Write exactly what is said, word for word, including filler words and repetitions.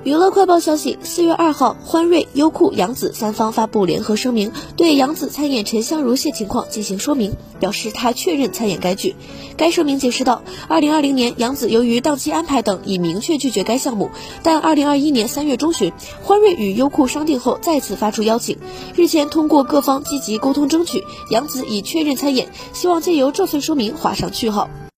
娱乐快报消息，四月二号，欢瑞、优酷、杨紫三方发布联合声明，对杨紫参演沉香如屑情况进行说明，表示她确认参演该剧。该声明解释道，二零二零年杨紫由于档期安排等已明确拒绝该项目，但二零二一年三月中旬，欢瑞与优酷商定后再次发出邀请。日前通过各方积极沟通争取，杨紫已确认参演，希望借由这份说明画上句号。